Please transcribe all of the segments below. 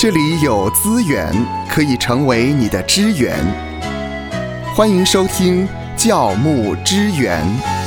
这里有资源可以成为你的支援。欢迎收听教牧支援。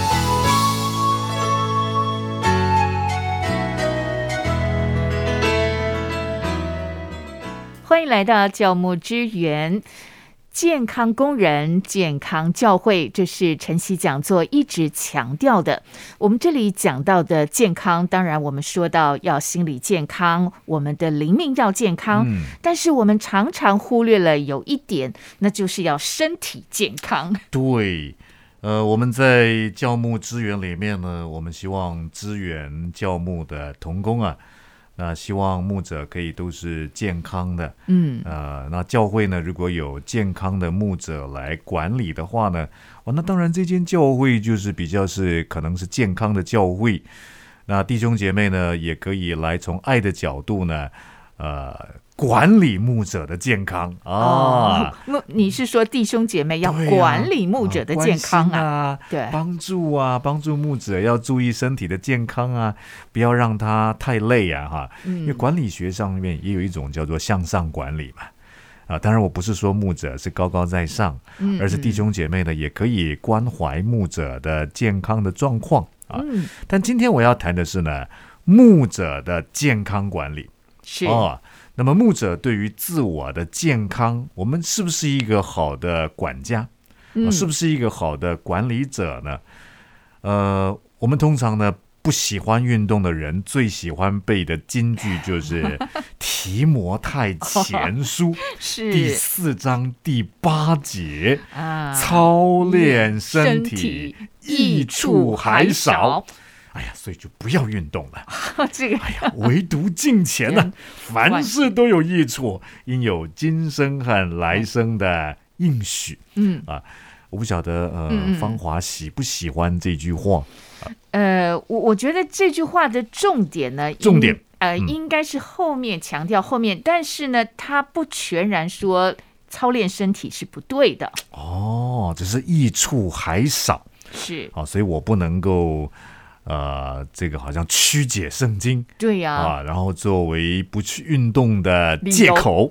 欢迎来到教牧支援。健康工人、健康教会，这是晨曦讲座一直强调的。我们这里讲到的健康，当然我们说到要心理健康，我们的灵命要健康，但是我们常常忽略了有一点，那就是要身体健康。 对，我们在教牧支援里面呢，我们希望支援教牧的同工啊，那希望牧者可以都是健康的，那教会呢，如果有健康的牧者来管理的话呢，那当然这间教会就是比较是可能是健康的教会。那弟兄姐妹呢，也可以来从爱的角度呢，管理牧者的健康啊。 你是说弟兄姐妹要管理牧者的健康对，帮助牧者要注意身体的健康啊，不要让他太累啊因为管理学上面也有一种叫做向上管理嘛当然我不是说牧者是高高在上，而是弟兄姐妹呢也可以关怀牧者的健康的状况但今天我要谈的是呢，牧者的健康管理是那么牧者对于自我的健康，我们是不是一个好的管家？是不是一个好的管理者呢？我们通常呢不喜欢运动的人最喜欢背的金句就是提摩太前书第4章第8节操练身体益处还少。哎呀，所以就不要运动了。唯独敬虔呢，凡事都有益处，因有今生和来生的应许。我不晓得芳华喜不喜欢这句话？ 我觉得这句话的重点呢，应该是后面强调后面，但是呢，它不全然说操练身体是不对的。 只是益处还少。 是所以我不能够。这个好像曲解圣经， 对呀， 然后作为不去运动的借口。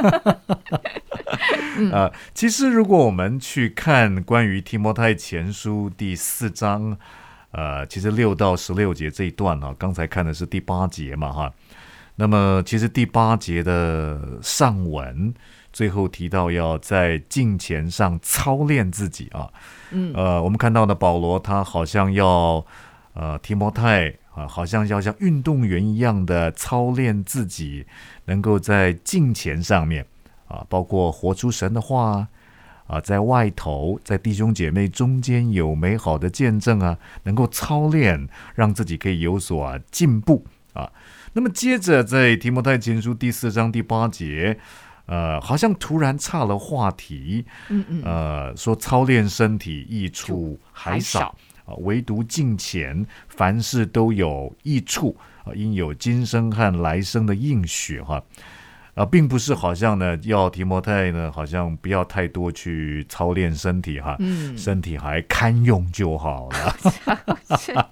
其实如果我们去看关于提摩太前书第4章，其实6到16节这一段刚才看的是第8节嘛那么其实第8节的上文最后提到要在敬虔上操练自己我们看到的保罗他好像要提摩太好像要像运动员一样的操练自己，能够在敬虔上面包括活出神的话在外头在弟兄姐妹中间有美好的见证能够操练，让自己可以有所进步那么接着在提摩太前书第4章第8节好像突然岔了话题说操练身体益处还少唯独敬虔凡事都有益处因有今生和来生的应许并不是好像呢要提摩太呢好像不要太多去操练身体身体还堪用就好了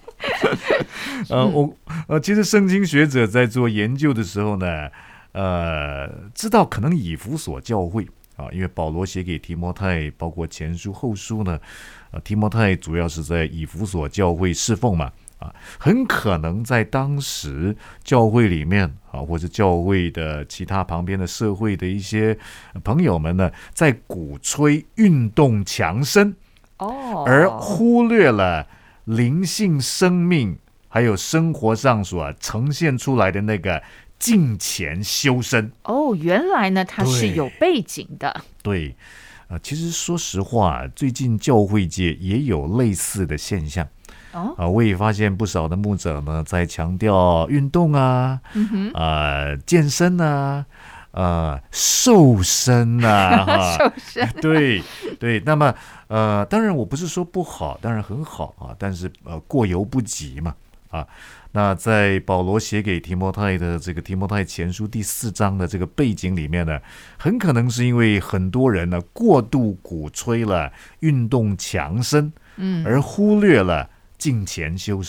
其实圣经学者在做研究的时候呢知道可能以弗所教会因为保罗写给提摩太包括前书后书呢提摩太主要是在以弗所教会侍奉嘛很可能在当时教会里面或者教会的其他旁边的社会的一些朋友们呢在鼓吹运动强身而忽略了灵性生命还有生活上所呈现出来的那个敬虔修身原来呢它是有背景的。 对其实说实话最近教会界也有类似的现象我也发现不少的牧者呢在强调运动健身瘦身瘦身对那么当然我不是说不好，当然很好但是过犹不及嘛那在保罗写给提摩太的这个提摩太前书第4章的这个背景里面呢，很可能是因为很多人呢过度鼓吹了运动强身而忽略了敬虔修身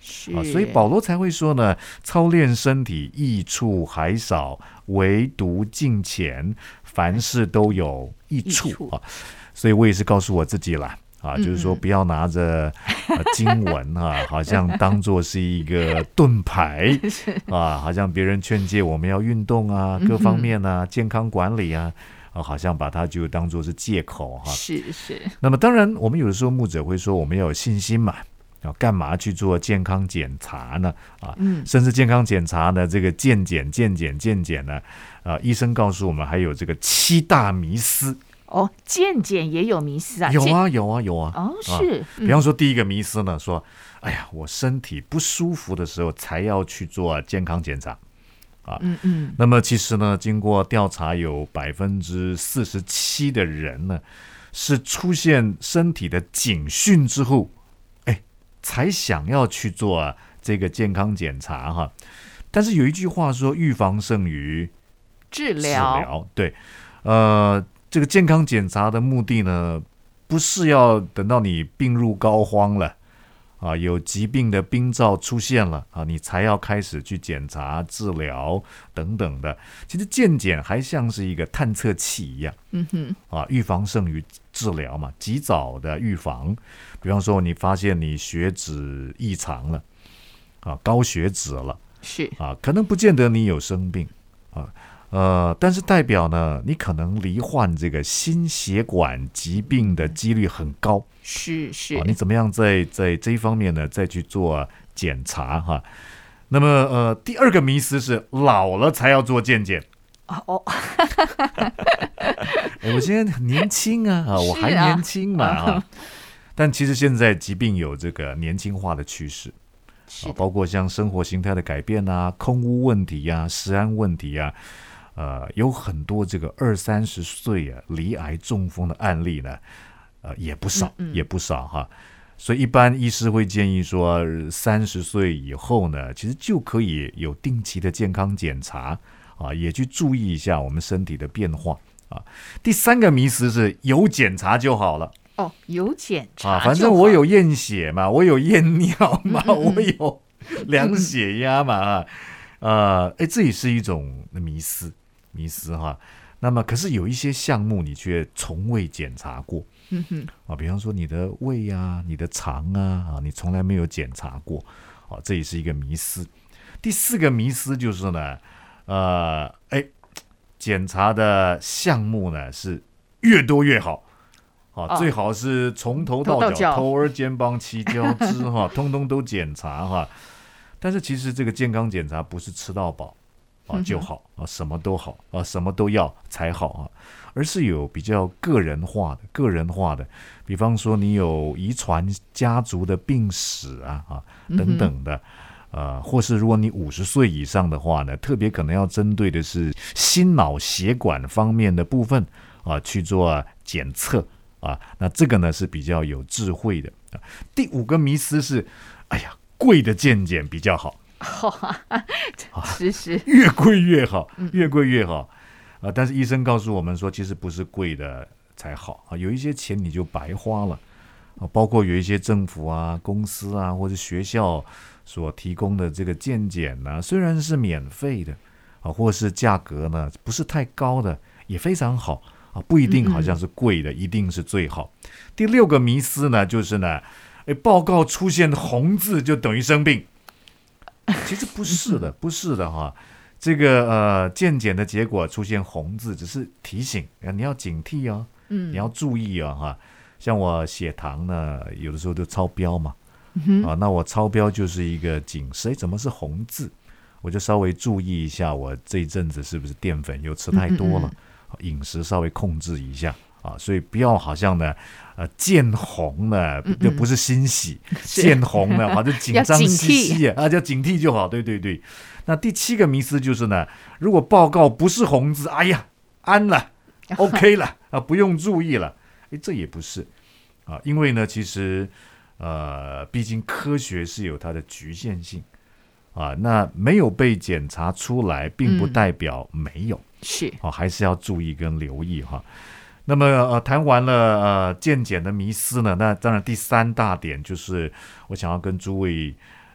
是所以保罗才会说呢，操练身体益处还少，唯独敬虔，凡事都有益处啊。所以我也是告诉我自己啦。就是说不要拿着经文好像当作是一个盾牌好像别人劝诫我们要运动啊，各方面啊，健康管理啊，好像把它就当作是借口是。 那么当然我们有的时候牧者会说我们要有信心嘛，干嘛去做健康检查呢？甚至健康检查呢，这个健检呢，医生告诉我们还有这个7大迷思。 健检也有迷思啊？ 有啊。 是。 比方说第一个迷思呢，说，哎呀，我身体不舒服的时候才要去做健康检查那么其实呢，经过调查，有47%的人呢，是出现身体的警讯之后，才想要去做这个健康检查但是有一句话说，预防胜于治疗。 对，这个健康检查的目的呢，不是要等到你病入膏肓了有疾病的征兆出现了你才要开始去检查、治疗等等的。其实健检还像是一个探测器一样，预防胜于治疗嘛，及早的预防。比方说，你发现你血脂异常了高血脂了， 是可能不见得你有生病但是代表呢，你可能罹患这个心血管疾病的几率很高。 是你怎么样在这一方面呢，再去做检查那么第二个迷思是老了才要做健检。我现在很年轻我还年轻嘛但其实现在疾病有这个年轻化的趋势。包括像生活形态的改变空污问题食安问题有很多这个20-30岁罹癌中风的案例呢，也不少所以一般医师会建议说，30岁以后呢，其实就可以有定期的健康检查也去注意一下我们身体的变化第三个迷思是有检查就好了。 有检查反正我有验血嘛，我有验尿嘛，我有量血压嘛这也是一种迷思那么可是有一些项目你却从未检查过比方说你的胃你的肠你从来没有检查过这也是一个迷思。第四个迷思就是呢检查的项目呢是越多越好最好是从头到脚，头儿肩膀起脚趾通通都检查但是其实这个健康检查不是吃到饱就好什么都好什么都要才好而是有比较个人化的，比方说你有遗传家族的病史等等的或是如果你50岁以上的话呢，特别可能要针对的是心脑血管方面的部分去做检测那这个呢是比较有智慧的第5个迷思是，贵的健检比较好。 是越贵越好，越贵越好但是医生告诉我们说，其实不是贵的才好有一些钱你就白花了包括有一些政府公司或者学校所提供的这个健检虽然是免费的或是价格呢不是太高的，也非常好不一定好像是贵的一定是最好。第6个迷思呢，就是呢报告出现红字就等于生病。其实不是的这个健检的结果出现红字只是提醒你要警惕你要注意像我血糖呢有的时候就超标嘛那我超标就是一个警示怎么是红字，我就稍微注意一下我这一阵子是不是淀粉又吃太多了饮食稍微控制一下所以不要好像呢见红呢就不是欣喜见红呢好像紧张兮兮叫警惕就好。对那第7个迷思就是呢，如果报告不是红字，安了OK 了不用注意了这也不是因为呢其实毕竟科学是有它的局限性那没有被检查出来并不代表没有是还是要注意跟留意那么谈完了健检的迷思呢，那当然第3大点就是我想要跟诸位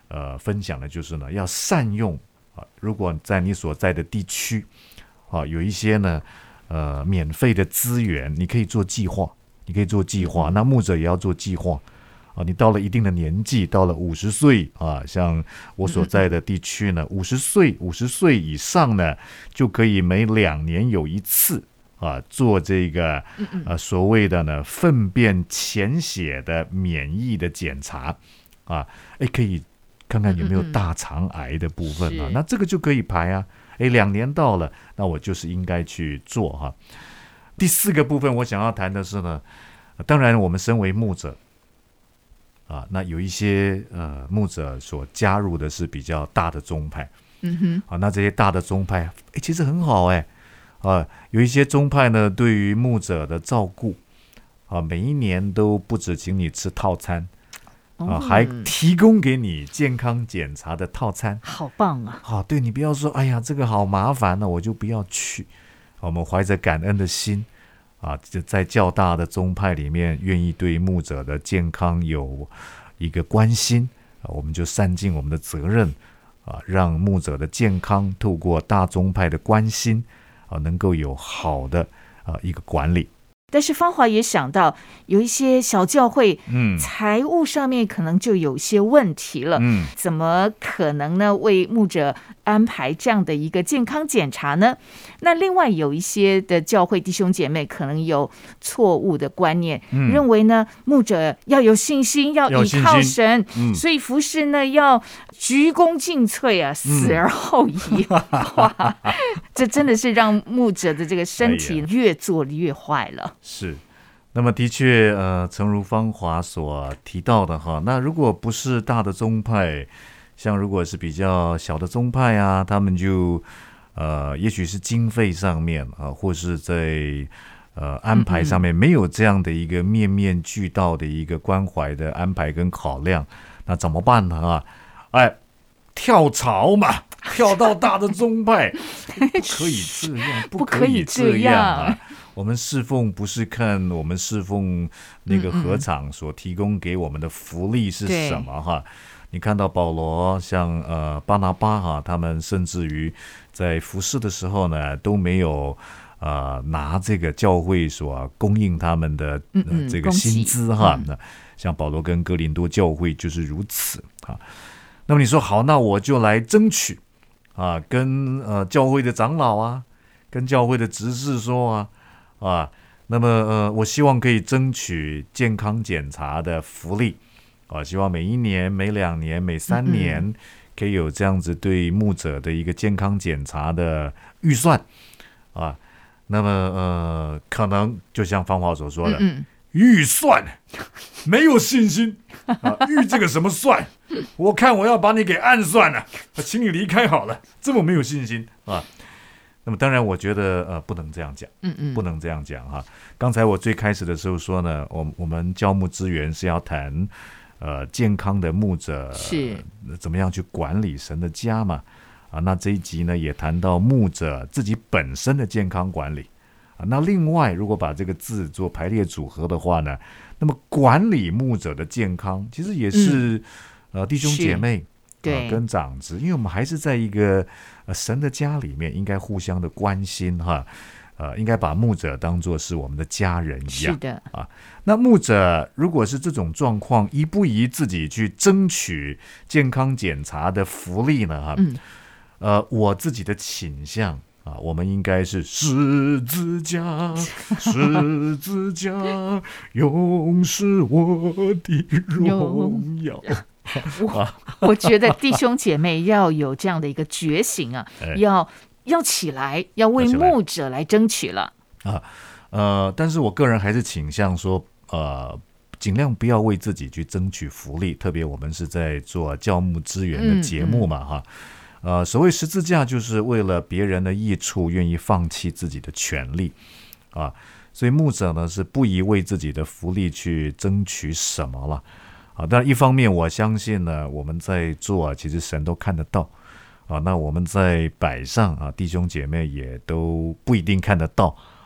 分享的就是呢，要善用如果在你所在的地区有一些呢免费的资源，你可以做计划，那牧者也要做计划你到了一定的年纪，到了50岁像我所在的地区呢，50岁以上呢，就可以每2年有一次做这个所谓的呢粪便潜血的免疫的检查可以看看有没有大肠癌的部分那这个就可以排2年到了，那我就是应该去做第4个部分我想要谈的是呢，当然我们身为牧者那有一些牧者所加入的是比较大的宗派那这些大的宗派其实很好有一些宗派呢对于牧者的照顾每一年都不只请你吃套餐还提供给你健康检查的套餐， 好棒对，你不要说哎呀这个好麻烦我就不要去我们怀着感恩的心在较大的宗派里面愿意对牧者的健康有一个关心我们就善尽我们的责任让牧者的健康透过大宗派的关心能够有好的一个管理。 但是芳华也想到有一些小教会财务上面可能就有些问题了怎么可能呢为牧者安排这样的一个健康检查呢？那另外有一些的教会弟兄姐妹可能有错误的观念认为呢牧者要有信心，要依靠神所以服事呢要鞠躬尽瘁死而后已哇，这真的是让牧者的这个身体越做越坏了是，那么的确诚如芳华所提到的那如果不是大的宗派，像如果是比较小的宗派他们就也许是经费上面或是在安排上面没有这样的一个面面俱到的一个关怀的安排跟考量，那怎么办呢跳槽嘛，跳到大的宗派不可以这样我们侍奉不是看我们侍奉那个合场所提供给我们的福利是什么你看到保罗像巴拿巴他们甚至于在服事的时候呢都没有拿这个教会所供应他们的这个薪资那像保罗跟哥林多教会就是如此那么你说好，那我就来争取跟教会的长老跟教会的执事说那么我希望可以争取健康检查的福利希望每1年、每2年、每3年可以有这样子对牧者的一个健康检查的预算那么可能就像芳华所说的预算没有信心预这个什么算我看我要把你给暗算了请你离开好了，这么没有信心那么当然我觉得不能这样讲不能这样讲刚才我最开始的时候说呢我们教牧资源是要谈健康的牧者是怎么样去管理神的家嘛那这一集呢也谈到牧者自己本身的健康管理那另外如果把这个字做排列组合的话呢，那么管理牧者的健康其实也是弟兄姐妹跟长子，因为我们还是在一个神的家里面，应该互相的关心应该把牧者当作是我们的家人一样。 是的那牧者如果是这种状况，宜不宜自己去争取健康检查的福利呢？我自己的倾向我们应该是十字架，十字架，永是我的荣耀。 我觉得弟兄姐妹要有这样的一个觉醒要起来，要为牧者来争取了但是我个人还是倾向说尽量不要为自己去争取福利，特别我们是在做教牧资源的节目嘛所谓十字架就是为了别人的益处愿意放弃自己的权利所以牧者呢是不宜为自己的福利去争取什么了当然一方面我相信呢我们在做其实神都看得到那我们在摆上弟兄姐妹也都不一定看得到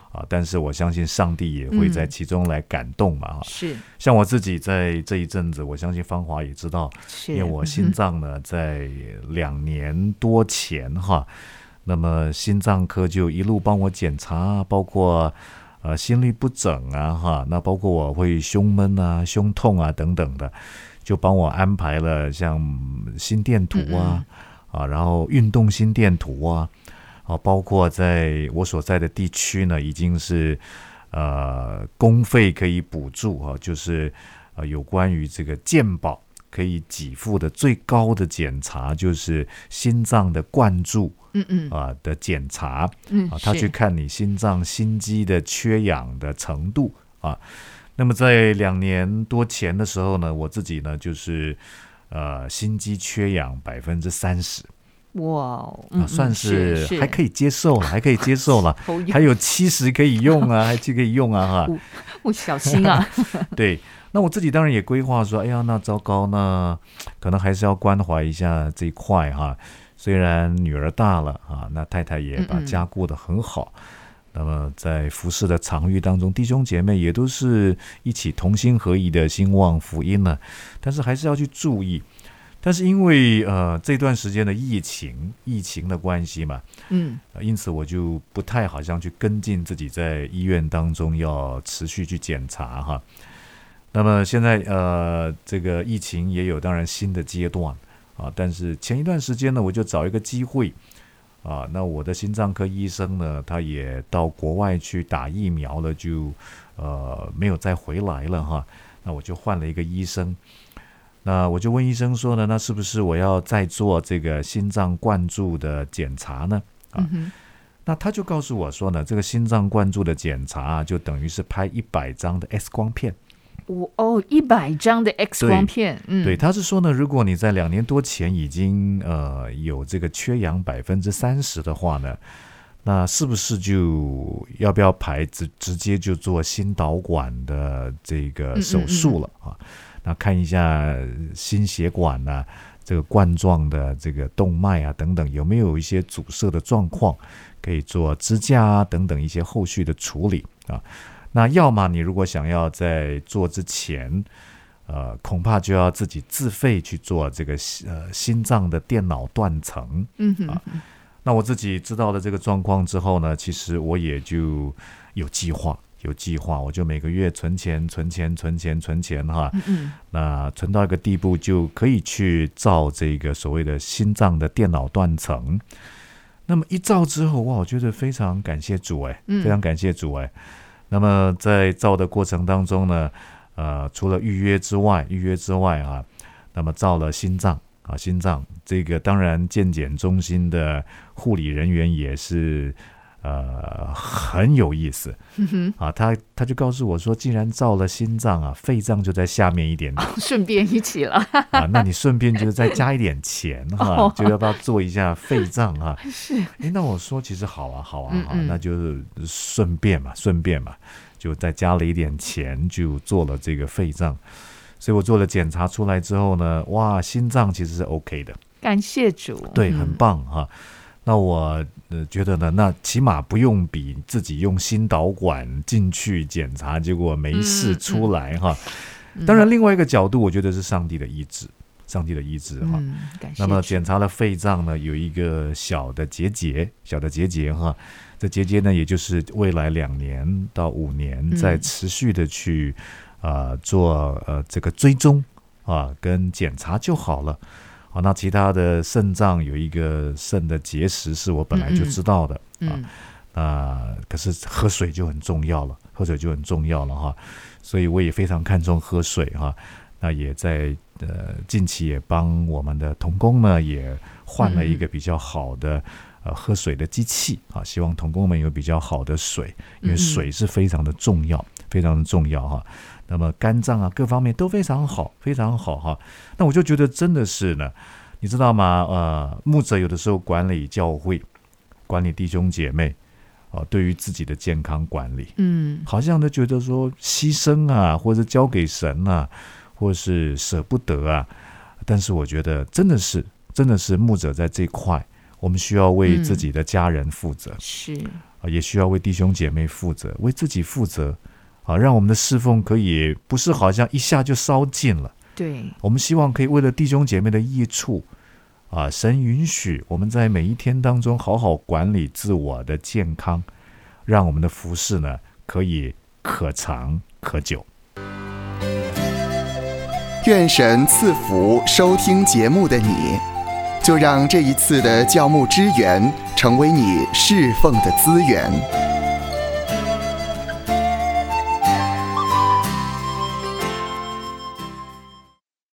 但是我相信上帝也会在其中来感动嘛。 是， 像我自己在这一阵子，我相信芳华也知道，因为我心脏呢在2年多前那么心脏科就一路帮我检查，包括心律不整啊那包括我会胸闷啊、胸痛啊等等的，就帮我安排了像心电图然后运动心电图包括在我所在的地区呢，已经是公费可以补助就是有关于这个健保可以给付的最高的检查，就是心脏的灌注的检查他去看你心脏心肌的缺氧的程度那么在2年多前的时候呢，我自己呢就是心肌缺氧30%。 哇， 算是还可以接受了，还可以接受了，还有70可以用啊，还可以用啊我小心啊。 对，那我自己当然也规划说，哎呀，那糟糕，那可能还是要关怀一下这一块虽然女儿大了那太太也把家顾得很好。那么在服事的场域当中，弟兄姐妹也都是一起同心合意的兴旺福音呢，但是还是要去注意。但是因为这段时间的疫情的关系嘛，因此我就不太好像去跟进自己在医院当中要持续去检查那么现在这个疫情也有当然新的阶段但是前一段时间呢，我就找一个机会那我的心脏科医生呢，他也到国外去打疫苗了，就没有再回来了那我就换了一个医生。那我就问医生说呢，那是不是我要再做这个心脏灌注的检查呢那他就告诉我说呢，这个心脏灌注的检查就等于是拍100张的 X 光片。 100张的 X 光片。 对，他是说呢，如果你在2年多前已经有这个缺氧30%的话呢，那是不是就要不要排直接就做心导管的这个手术了那看一下心血管这个冠状的这个动脉等等有没有一些阻塞的状况，可以做支架等等一些后续的处理那要么你如果想要在做之前恐怕就要自己自费去做这个心脏的电脑断层那我自己知道了这个状况之后呢，其实我也就有计划，我就每个月存钱那存到一个地步就可以去照这个所谓的心脏的电脑断层。那么一照之后，哇，我觉得非常感谢主非常感谢主那么在照的过程当中呢，除了预约之外那么照了心脏这个当然健检中心的护理人员也是很有意思他就告诉我说，既然照了心脏肺脏就在下面一点点顺便一起了那你顺便就再加一点钱就要不要做一下肺脏是那我说其实好啊那就是顺便嘛就再加了一点钱就做了这个肺脏。所以我做了检查出来之后呢，哇，心脏其实是 OK 的， 感谢主， 对，很棒那我觉得呢，那起码不用比自己用心导管进去检查结果没事出来当然另外一个角度我觉得是上帝的医治那么检查了肺脏呢，有一个小的结节这结节呢也就是未来2年到5年再持续的去做这个追踪跟检查就好了那其他的肾脏有一个肾的结石是我本来就知道的可是喝水就很重要了所以我也非常看重喝水那也在近期也帮我们的同工呢也换了一个比较好的喝水的机器希望同工们有比较好的水，因为水是非常的重要那么肝脏各方面都非常好那我就觉得真的是呢，你知道吗牧者有的时候管理教会管理弟兄姐妹对于自己的健康管理好像都觉得说牺牲或者交给神或是舍不得但是我觉得真的是牧者在这一块我们需要为自己的家人负责， 是也需要为弟兄姐妹负责，为自己负责让我们的侍奉可以不是好像一下就烧尽了。 对， 我们希望可以为了弟兄姐妹的益处神允许我们在每一天当中好好管理自我的健康，让我们的服事呢可以可长可久。 愿神赐福收听节目的你，就让这一次的教牧支援成为你侍奉的资源。